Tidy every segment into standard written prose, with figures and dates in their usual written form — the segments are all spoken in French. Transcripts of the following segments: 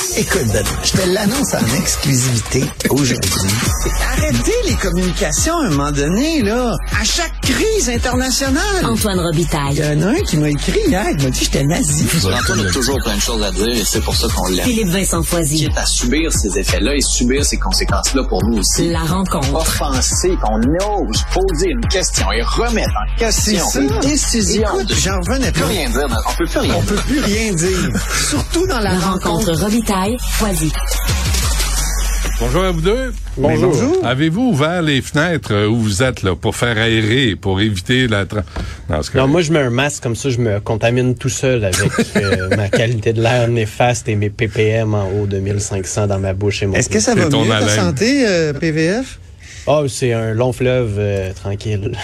Écoute, Benoît, je te l'annonce en exclusivité aujourd'hui. Arrêtez les communications à un moment donné, là. À chaque crise internationale. Antoine Robitaille. Il y en a un qui m'a écrit hier, il m'a dit que j'étais nazi. Antoine a toujours plein de choses à dire et c'est pour ça qu'on l'aime. Philippe Vincent Foisy. Quitte à subir ces effets-là et subir ces conséquences-là pour nous aussi. La rencontre. Offenser, qu'on ose poser une question et remettre en question les décisions. Écoute, j'en revenais On peut pas. rien dire, on peut plus rien On dire. peut plus rien dire. Surtout dans la Rencontre Robitaille, Foisy. Bonjour à vous deux. Bonjour. Avez-vous ouvert les fenêtres où vous êtes là pour faire aérer, pour éviter la... Non, moi, je mets un masque comme ça, je me contamine tout seul avec ma qualité de l'air néfaste et mes ppm en haut de 1500 dans ma bouche et mon Est-ce que ça va C'est ton mieux, ta haleine. santé, PVF? Oh, c'est un long fleuve tranquille.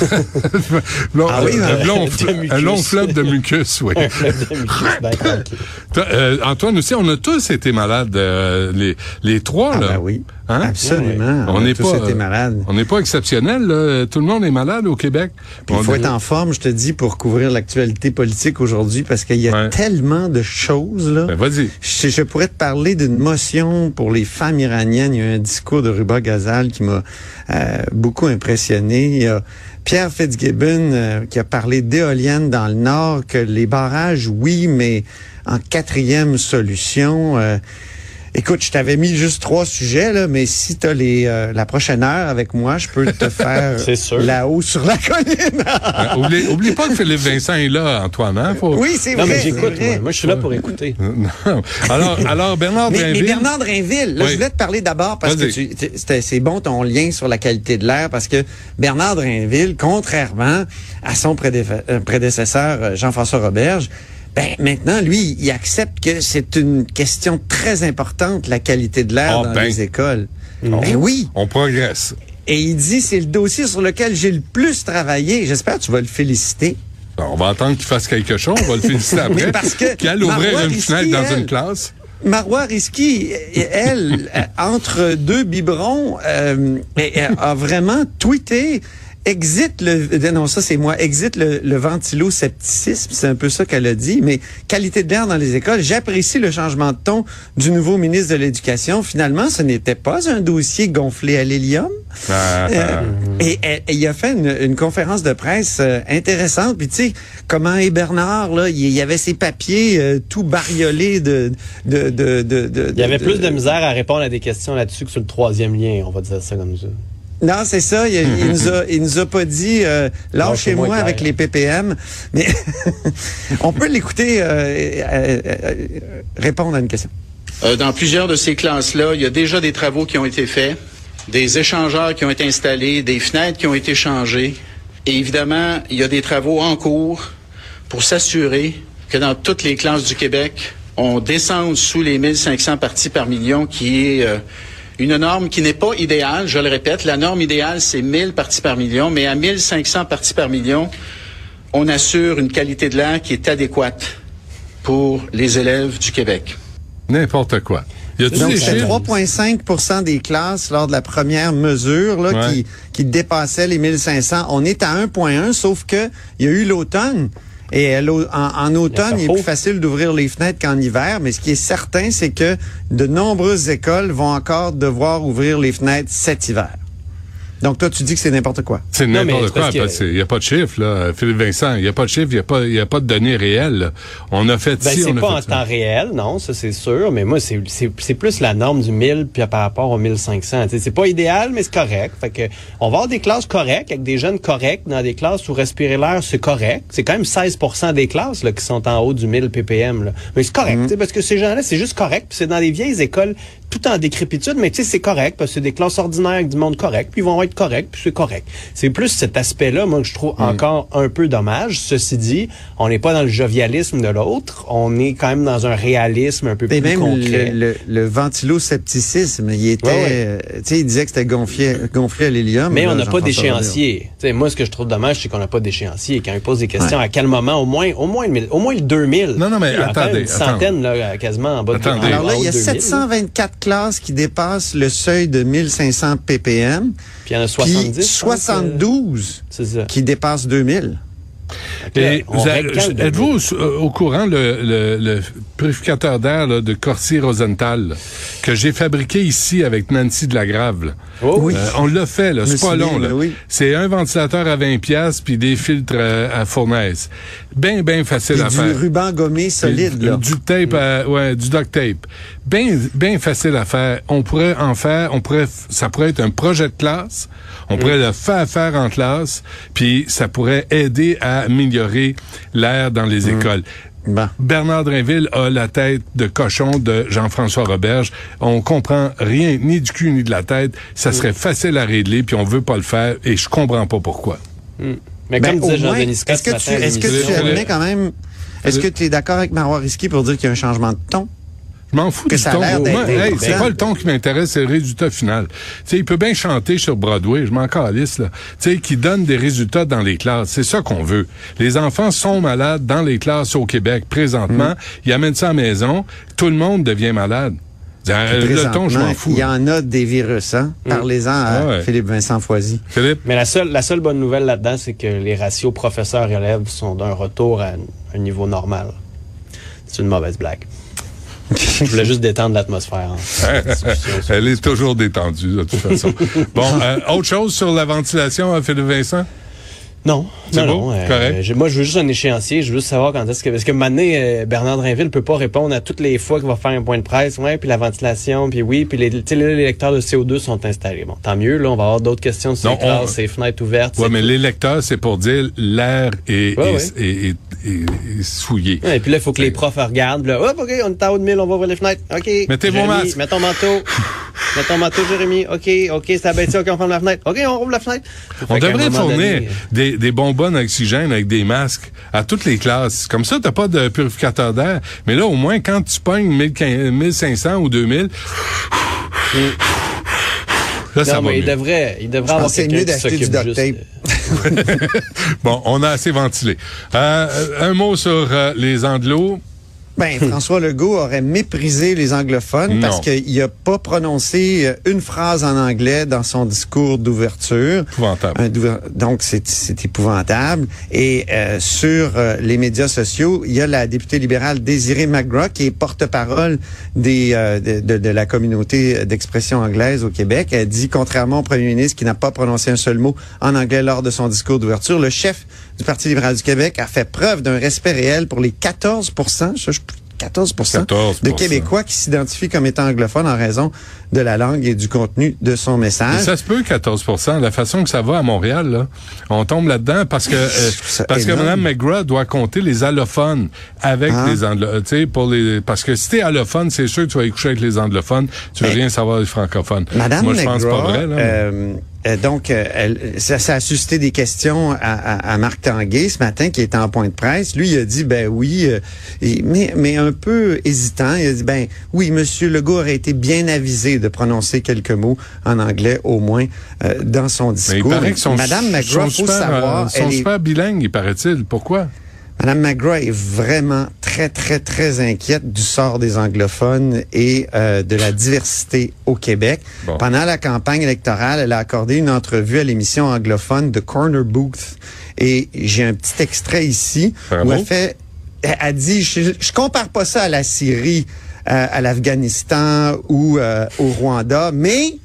Long- Ah oui, un long fleuve de mucus, oui. Un fleuve de mucus, ben tranquille. Toi, Antoine aussi, on a tous été malades, les trois, Ah là. ben oui, Hein? absolument. On a n'est tous pas, été malades. On n'est pas exceptionnel, là. Tout le monde est malade au Québec. Puis il faut être en forme, je te dis, pour couvrir l'actualité politique aujourd'hui, parce qu'il y a Ouais. tellement de choses, là. Ben, vas-y. Je pourrais te parler d'une motion pour les femmes iraniennes. Il y a eu un discours de Ruba Ghazal qui m'a beaucoup impressionné. Il y a Pierre Fitzgibbon qui a parlé d'éoliennes dans le Nord, que les barrages, oui, mais en quatrième solution. Écoute, je t'avais mis juste 3 sujets, là, mais si tu as la prochaine heure avec moi, je peux te faire C'est sûr. là-haut sur la colline. Oublie pas que Philippe Vincent est là, Antoine, hein? Faut... Oui, c'est Non, vrai. mais c'est j'écoute, vrai. moi, je suis là pour écouter. Non. Alors, Bernard Mais Drinville... Bernard Drinville, là, Oui. je voulais te parler d'abord parce que Vas-y. c'est bon ton lien sur la qualité de l'air, parce que Bernard Drinville, contrairement à son prédécesseur Jean-François Roberge, ben maintenant, lui, il accepte que c'est une question très importante, la qualité de l'air dans les écoles. Ben oui. On progresse. Et il dit, c'est le dossier sur lequel j'ai le plus travaillé. J'espère que tu vas le féliciter. On va attendre qu'il fasse quelque chose, on va le féliciter après. Mais parce que Qu'il aille ouvrir Marois une Risky, fenêtre dans elle- une classe. Marois Risky, elle, entre deux biberons, a vraiment tweeté exit le ventilo-scepticisme, c'est un peu ça qu'elle a dit, mais qualité de l'air dans les écoles, j'apprécie le changement de ton du nouveau ministre de l'Éducation. Finalement, ce n'était pas un dossier gonflé à l'hélium. Et il a fait une conférence de presse intéressante. Puis tu sais, comment est Bernard, là, il y avait ses papiers tout bariolés Il y avait plus de misère à répondre à des questions là-dessus que sur le 3e lien, on va dire ça comme ça. Non, c'est ça. Il nous a pas dit lâchez-moi Clair. avec les ppm, mais on peut l'écouter répondre à une question. Dans plusieurs de ces classes-là, il y a déjà des travaux qui ont été faits, des échangeurs qui ont été installés, des fenêtres qui ont été changées. Et évidemment, il y a des travaux en cours pour s'assurer que dans toutes les classes du Québec, on descende sous les 1500 parties par million, qui est une norme qui n'est pas idéale. Je le répète, la norme idéale, c'est 1000 parties par million, mais à 1500 parties par million, on assure une qualité de l'air qui est adéquate pour les élèves du Québec. N'importe quoi. Y a-tu Donc, des c'est chiffres? 3,5 des classes lors de la première mesure là, Ouais. qui dépassait les 1500. On est à 1,1, sauf que il y a eu l'automne. Et en automne, il est plus facile d'ouvrir les fenêtres qu'en hiver. Mais ce qui est certain, c'est que de nombreuses écoles vont encore devoir ouvrir les fenêtres cet hiver. Donc, toi, tu dis que c'est n'importe quoi. C'est Non, mais n'importe c'est quoi. parce que- Il n'y a pas de chiffre, là. Philippe Vincent, il n'y a pas de chiffre, il n'y a pas de données réelles, là. On a fait Ben, ci, c'est on a pas fait en ça. temps réel, non, ça c'est sûr, mais moi c'est plus la norme du 1000 puis par rapport au 1500. Tu sais, c'est pas idéal, mais c'est correct. Fait que on va avoir des classes correctes avec des jeunes corrects dans des classes où respirer l'air c'est correct. C'est quand même 16% des classes là qui sont en haut du 1000 ppm là. Mais c'est correct, tu sais, parce que ces gens-là c'est juste correct, puis c'est dans des vieilles écoles tout en décrépitude, mais tu sais c'est correct parce que c'est des classes ordinaires avec du monde correct, puis ils vont être corrects, puis c'est correct. C'est plus cet aspect-là, moi, que je trouve encore un peu dommage. Ceci dit, on n'est pas dans le jovialisme de l'autre, on est quand même dans un réalisme un peu Et plus même concret. le ventilo-scepticisme, il était, Ouais, tu sais, il disait que c'était gonflé à l'hélium. Mais là, on n'a pas Jean-François d'échéancier. Tu sais, moi, ce que je trouve dommage, c'est qu'on n'a pas d'échéancier. Quand ils posent des questions, à quel moment, au moins le 2000. Non, mais Il y a quand même attendez, une centaine, là, quasiment en bas de Attendez. Alors là, il y a 2000. 724 classes qui dépassent le seuil de 1500 ppm. Puis il y en a Puis 70. je pense, 72 c'est ça. qui dépassent 2000. Et on règle quand le êtes-vous au courant le purificateur d'air là, de Corsi Rosenthal là, que j'ai fabriqué ici avec Nancy Delagrave? Là. Oh, oui. On l'a fait, là. C'est pas long, là. Oui. C'est un ventilateur à 20$ puis des filtres à fournaise. Ben facile à faire. Du ruban gommé solide, là. Du tape, du duct tape. Ben facile à faire. On pourrait en faire, ça pourrait être un projet de classe. On pourrait le faire en classe, puis ça pourrait aider à améliorer l'air dans les écoles. Bon. Bernard Drinville a la tête de cochon de Jean-François Roberge. On comprend rien, ni du cul, ni de la tête. Ça serait facile à régler, puis on veut pas le faire, et je comprends pas pourquoi. Mais comme disait Jean-Denis Scott est-ce que tu admets quand même, est-ce que tu es d'accord avec Marois Risky pour dire qu'il y a un changement de ton? Je m'en fous que du ça a ton. l'air d'être C'est pas le ton qui m'intéresse, c'est le résultat final. Tu sais, il peut bien chanter sur Broadway, je m'en calisse, là. Tu sais, qui donne des résultats dans les classes. C'est ça qu'on veut. Les enfants sont malades dans les classes au Québec présentement. Ils amènent ça à la maison. Tout le monde devient malade. Le ton, je m'en fous. Il y en a des virus, hein? Parlez-en à Philippe Vincent Foisy. Philippe? Mais la seule bonne nouvelle là-dedans, c'est que les ratios professeurs-élèves sont d'un retour à un niveau normal. C'est une mauvaise blague. Je voulais juste détendre l'atmosphère. Elle est toujours détendue, de toute façon. Bon, autre chose sur la ventilation, Philippe Vincent? Non. C'est beau? Correct. Moi, je veux juste un échéancier. Je veux juste savoir quand est-ce que... Parce que maintenant, Bernard Drinville peut pas répondre à toutes les fois qu'il va faire un point de presse. Ouais, puis la ventilation, puis oui, puis les lecteurs de CO2 sont installés. Bon, tant mieux, là, on va avoir d'autres questions sur les classes, ces fenêtres ouvertes. Oui, mais les lecteurs, c'est pour dire l'air est souillé. Ouais, et puis là, il faut que les profs regardent. Là, hop, OK, on est à haut de 1000, on va ouvrir les fenêtres. OK. Mettez vos masques. Mets ton manteau. Mets ton manteau, Jérémy. OK, c'est abaissé. OK, on ferme la fenêtre. OK, on rouvre la fenêtre. On devrait fournir des bonbonnes d'oxygène avec des masques à toutes les classes. Comme ça, t'as pas de purificateur d'air. Mais là, au moins, quand tu pognes 1500 ou 2000... Là, ça va mieux. Il devrait avoir quelqu'un qui s'occupe du duct tape. Bon, on a assez ventilé. Un mot sur les anglos. Ben, François Legault aurait méprisé les anglophones parce qu'il n'a pas prononcé une phrase en anglais dans son discours d'ouverture. Épouvantable. Donc, c'est épouvantable. Et sur les médias sociaux, il y a la députée libérale Désirée McGraw qui est porte-parole de la communauté d'expression anglaise au Québec. Elle dit, contrairement au premier ministre qui n'a pas prononcé un seul mot en anglais lors de son discours d'ouverture, le chef du Parti libéral du Québec a fait preuve d'un respect réel pour les 14% de Québécois qui s'identifient comme étant anglophones en raison de la langue et du contenu de son message. Et ça se peut, 14%. La façon que ça va à Montréal, là, on tombe là-dedans parce que Mme McGraw doit compter les allophones avec les anglophones. Tu sais, parce que si t'es allophone, c'est sûr que tu vas y coucher avec les anglophones. Tu veux rien savoir des francophones. Mme Moi, je McGraw, pense pas vrai, là. Donc, ça a suscité des questions à Marc Tanguay ce matin, qui était en point de presse. Lui, il a dit, ben oui, mais un peu hésitant. Il a dit, ben oui, M. Legault aurait été bien avisé de prononcer quelques mots en anglais, au moins, dans son discours. Mais il paraît que Mme McGraw, faut savoir... Ils sont super bilingues, il paraît-il. Pourquoi? Mme McGraw est vraiment très, très, très inquiète du sort des anglophones et de la diversité au Québec. Bon. Pendant la campagne électorale, elle a accordé une entrevue à l'émission anglophone The Corner Booth. Et j'ai un petit extrait ici où elle dit, je compare pas ça à la Syrie, à l'Afghanistan ou au Rwanda, mais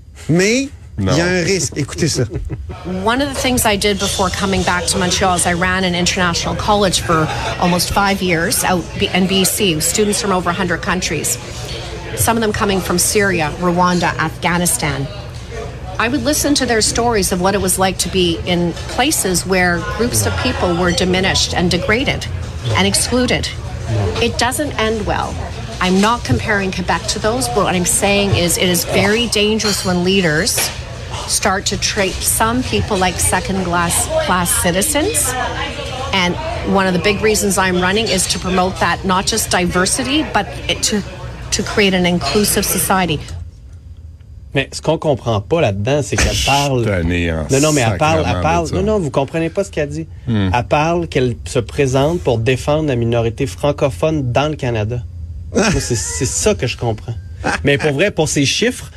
il y a un risque. Écoutez ça. One of the things I did before coming back to Montreal is I ran an international college for almost 5 years out in BC, students from over 100 countries, some of them coming from Syria, Rwanda, Afghanistan. I would listen to their stories of what it was like to be in places where groups of people were diminished and degraded and excluded. It doesn't end well. I'm not comparing Quebec to those, but what I'm saying is it is very dangerous when leaders start to treat some people like second-class citizens. And one of the big reasons I'm running is to promote that, not just diversity, but to create an inclusive society. Mais ce qu'on comprend pas là-dedans, c'est qu'elle parle... Non, mais elle parle... Non, vous comprenez pas ce qu'elle dit. Elle parle qu'elle se présente pour défendre la minorité francophone dans le Canada. Moi, c'est ça que je comprends. Mais pour vrai, pour ces chiffres,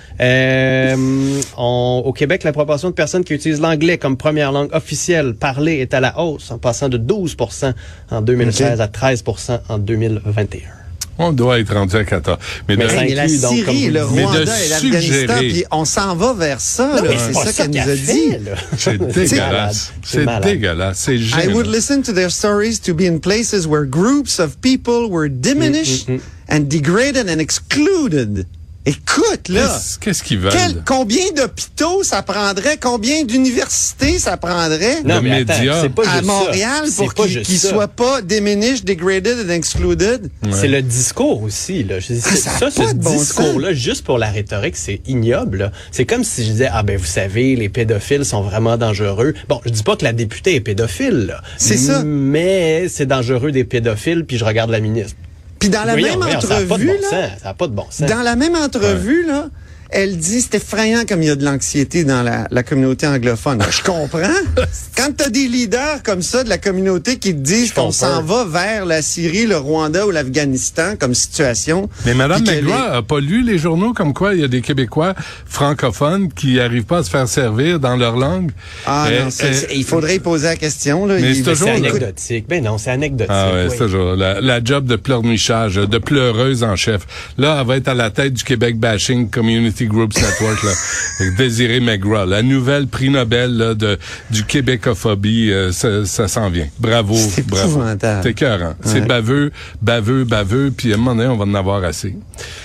au Québec, la proportion de personnes qui utilisent l'anglais comme première langue officielle parlée est à la hausse, en passant de 12% en 2016 à 13% en 2021. On doit être rendu à 14. Mais la inclut, donc, Syrie, le Mais de Rwanda et l'Afghanistan, suggérer. puis on s'en va vers ça. Non, là. mais C'est pas ça qu'elle nous qu'elle a dit. fait, là. c'est dégueulasse. C'est malade. dégueulasse. C'est I gênant. would listen to their stories to be in places where groups of people were diminished and degraded and excluded. Écoute, là. Qu'est-ce qu'ils veulent? Combien d'hôpitaux ça prendrait? Combien d'universités ça prendrait? Non, Le mais attends, média. c'est pas à juste Montréal ça. pour C'est pas qu'ils juste ça. soient pas diminished, degraded and excluded? C'est le discours aussi, là. ça a pas Ce de bon discours-là, juste pour la rhétorique, c'est ignoble, là. C'est comme si je disais, vous savez, les pédophiles sont vraiment dangereux. Bon, je dis pas que la députée est pédophile, là. C'est ça. Mais c'est dangereux des pédophiles, puis je regarde la ministre. Puis dans la même entrevue, ça n'a pas de bon sens. dans la même entrevue, là, elle dit, c'est effrayant comme il y a de l'anxiété dans la communauté anglophone. Je comprends. Quand t'as des leaders comme ça de la communauté qui te disent qu'on s'en va vers la Syrie, le Rwanda ou l'Afghanistan comme situation. Mais Mme puis McGraw a pas lu les journaux comme quoi il y a des Québécois francophones qui arrivent pas à se faire servir dans leur langue. Non, il faudrait y poser la question. Là. Mais c'est toujours C'est anecdotique. Ben non, c'est anecdotique. Ah ouais, oui. c'est toujours la job de pleurnichage, de pleureuse en chef. Là, elle va être à la tête du Québec Bashing Community Groups Network, là, avec Désirée McGraw, la nouvelle prix Nobel là, du québécophobie, ça s'en vient. Bravo, c'est bravo. épouvantable. C'est écœurant. Ouais. C'est baveux, puis à un moment donné, on va en avoir assez.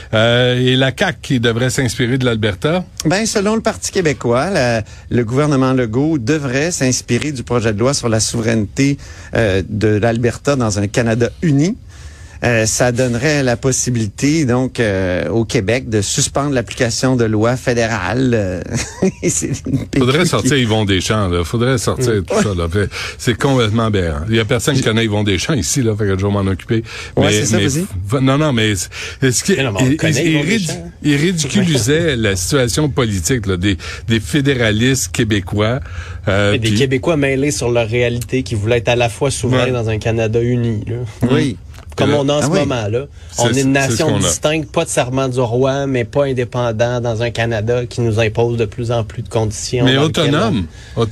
Et la CAQ qui devrait s'inspirer de l'Alberta? Ben, selon le Parti québécois, le gouvernement Legault devrait s'inspirer du projet de loi sur la souveraineté de l'Alberta dans un Canada uni. Ça donnerait la possibilité, donc, au Québec de suspendre l'application de lois fédérales. Faudrait sortir Yvon Deschamps, là. Faudrait sortir tout ça, là. C'est complètement aberrant. Il y a personne qui connaît Yvon Deschamps ici, là. Fait que je vais m'en occuper. Ouais, c'est ça, vas-y. Non, mais il ridiculisait la situation politique, là, des fédéralistes québécois. Des Québécois mêlés sur leur réalité qui voulaient être à la fois souverains dans un Canada uni, là. Oui. Comme on a en ce moment-là. On est une nation ce distincte, pas de serment du roi, mais pas indépendant dans un Canada qui nous impose de plus en plus de conditions. Mais autonome.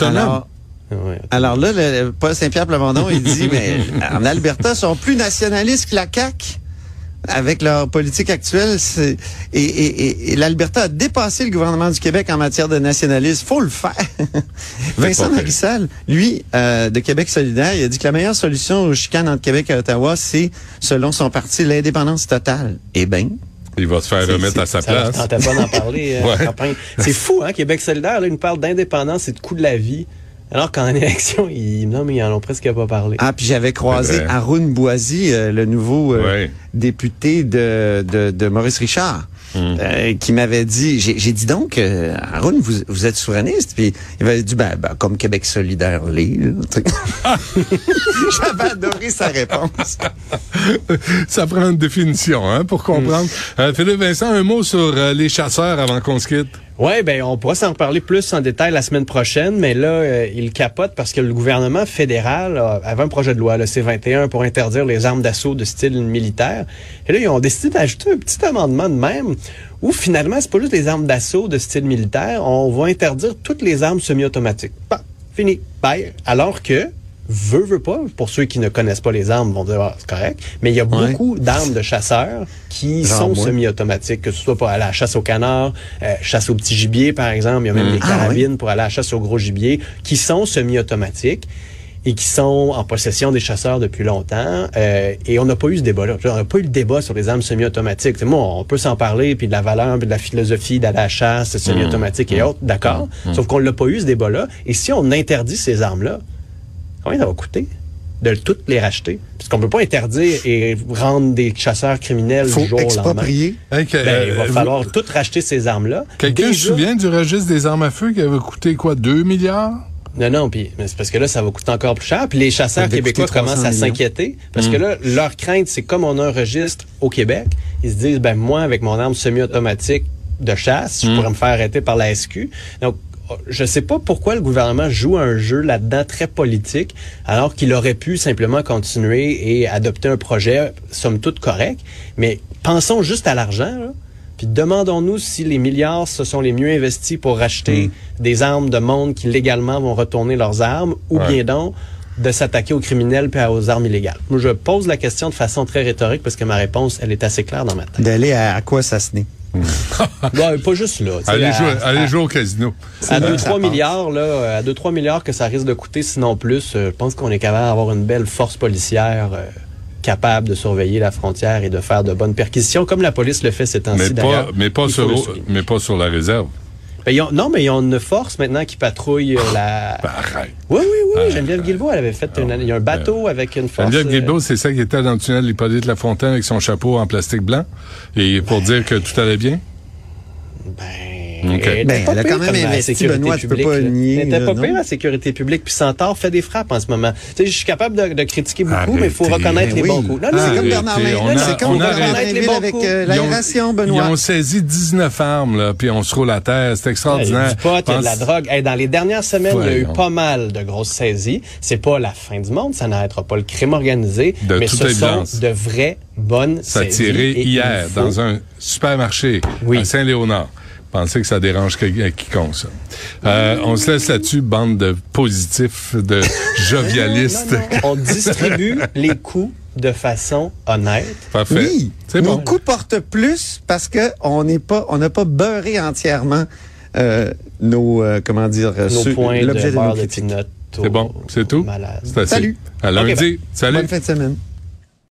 Alors là, Paul Saint-Pierre Plamondon, il dit, mais en Alberta, ils sont plus nationalistes que la CAQ. Avec leur politique actuelle, et l'Alberta a dépassé le gouvernement du Québec en matière de nationalisme. Faut le faire. Vincent Marissal, lui, de Québec solidaire, il a dit que la meilleure solution aux chicanes entre Québec et Ottawa, c'est, selon son parti, l'indépendance totale. Eh bien, il va se faire remettre à sa place. Ça ne tentait pas d'en parler, campagne. C'est fou, hein, Québec solidaire, là, il nous parle d'indépendance et de coût de la vie. Alors qu'en élection, ils en ont presque pas parlé. Ah, puis j'avais croisé Arun Boisy, le nouveau député de Maurice Richard, qui m'avait dit, j'ai dit donc, Arun, vous êtes souverainiste? Puis il m'avait dit, comme Québec solidaire l'est. J'avais adoré sa réponse. Ça prend une définition, hein, pour comprendre. Philippe Vincent, un mot sur les chasseurs avant qu'on se quitte. Ouais, on pourra s'en reparler plus en détail la semaine prochaine, mais là, il capote parce que le gouvernement fédéral avait un projet de loi, le C-21, pour interdire les armes d'assaut de style militaire. Et là, ils ont décidé d'ajouter un petit amendement de même où finalement, c'est pas juste les armes d'assaut de style militaire, on va interdire toutes les armes semi-automatiques. Fini. Bye. Alors que, veut pas, pour ceux qui ne connaissent pas les armes, vont dire, c'est correct, mais il y a beaucoup d'armes de chasseurs qui sont semi-automatiques, que ce soit pour aller à la chasse au canard, chasse au petit gibier, par exemple, il y a même des carabines pour aller à la chasse au gros gibier, qui sont semi-automatiques et qui sont en possession des chasseurs depuis longtemps. Et on n'a pas eu ce débat-là. On n'a pas eu le débat sur les armes semi-automatiques. Moi, on peut s'en parler, puis de la valeur, puis de la philosophie d'aller à la chasse, semi-automatique et autres, d'accord. Sauf qu'on l'a pas eu ce débat-là. Et si on interdit ces armes-là, combien ça va coûter de toutes les racheter? Parce qu'on peut pas interdire et rendre des chasseurs criminels du jour au lendemain. Exproprier. Il va falloir toutes racheter ces armes-là. Quelqu'un se souvient du registre des armes à feu qui avait coûté 2 milliards? Non, puis c'est parce que là, ça va coûter encore plus cher. Puis les chasseurs québécois commencent à s'inquiéter. Parce que là, leur crainte, c'est comme on a un registre au Québec, ils se disent, moi, avec mon arme semi-automatique de chasse, je pourrais me faire arrêter par la SQ. Donc, je sais pas pourquoi le gouvernement joue un jeu là-dedans très politique, alors qu'il aurait pu simplement continuer et adopter un projet, somme toute correct. Mais pensons juste à l'argent, là. Puis demandons-nous si les milliards, ce sont les mieux investis pour racheter des armes de monde qui légalement vont retourner leurs armes, ou bien donc de s'attaquer aux criminels puis aux armes illégales. Moi, je pose la question de façon très rhétorique parce que ma réponse, elle est assez claire dans ma tête. D'aller à quoi ça se n'est. Non, pas juste là. Allez jouer au casino. À 2-3 milliards, là, à 2-3 milliards que ça risque de coûter, sinon plus, je pense qu'on est capable d'avoir une belle force policière capable de surveiller la frontière et de faire de bonnes perquisitions, comme la police le fait ces temps-ci d'ailleurs. Mais pas sur la réserve. Mais ils ont une force maintenant qui patrouille la... Arrête. Oui, Geneviève Guilbeault, elle avait fait il y a un bateau avec une force... Geneviève Guilbeault, c'est ça qui était dans le tunnel de l'Hippolyte Lafontaine avec son chapeau en plastique blanc, et pour dire que tout allait bien? Elle a quand même investi, Benoît, tu peux pas nier. Elle n'était pas pire, la sécurité publique, puis Centaure fait des frappes en ce moment. Tu sais, je suis capable de critiquer beaucoup, mais il faut reconnaître les bons coups. C'est comme Bernard Mainville avec l'aération, Benoît. Ils ont saisi 19 armes, là, puis on se roule à terre. C'est extraordinaire. Il y a du pot, il y a de la drogue. Dans les dernières semaines, il y a eu pas mal de grosses saisies. C'est pas la fin du monde, ça n'arrêtera pas le crime organisé, mais ce sont de vraies bonnes saisies. Ça a tiré hier dans un supermarché à Saint-Léonard. Pensez que ça dérange quiconque, ça. On se laisse là-dessus, bande de positifs, de jovialistes. Non. On distribue les coups de façon honnête. Parfait. Oui, nos coups portent plus parce que on n'a pas beurré entièrement nos points l'objet de nos critiques. C'est bon, c'est tout. Malade. C'est assez. Salut. À lundi. Okay, Salut. Bonne fin de semaine.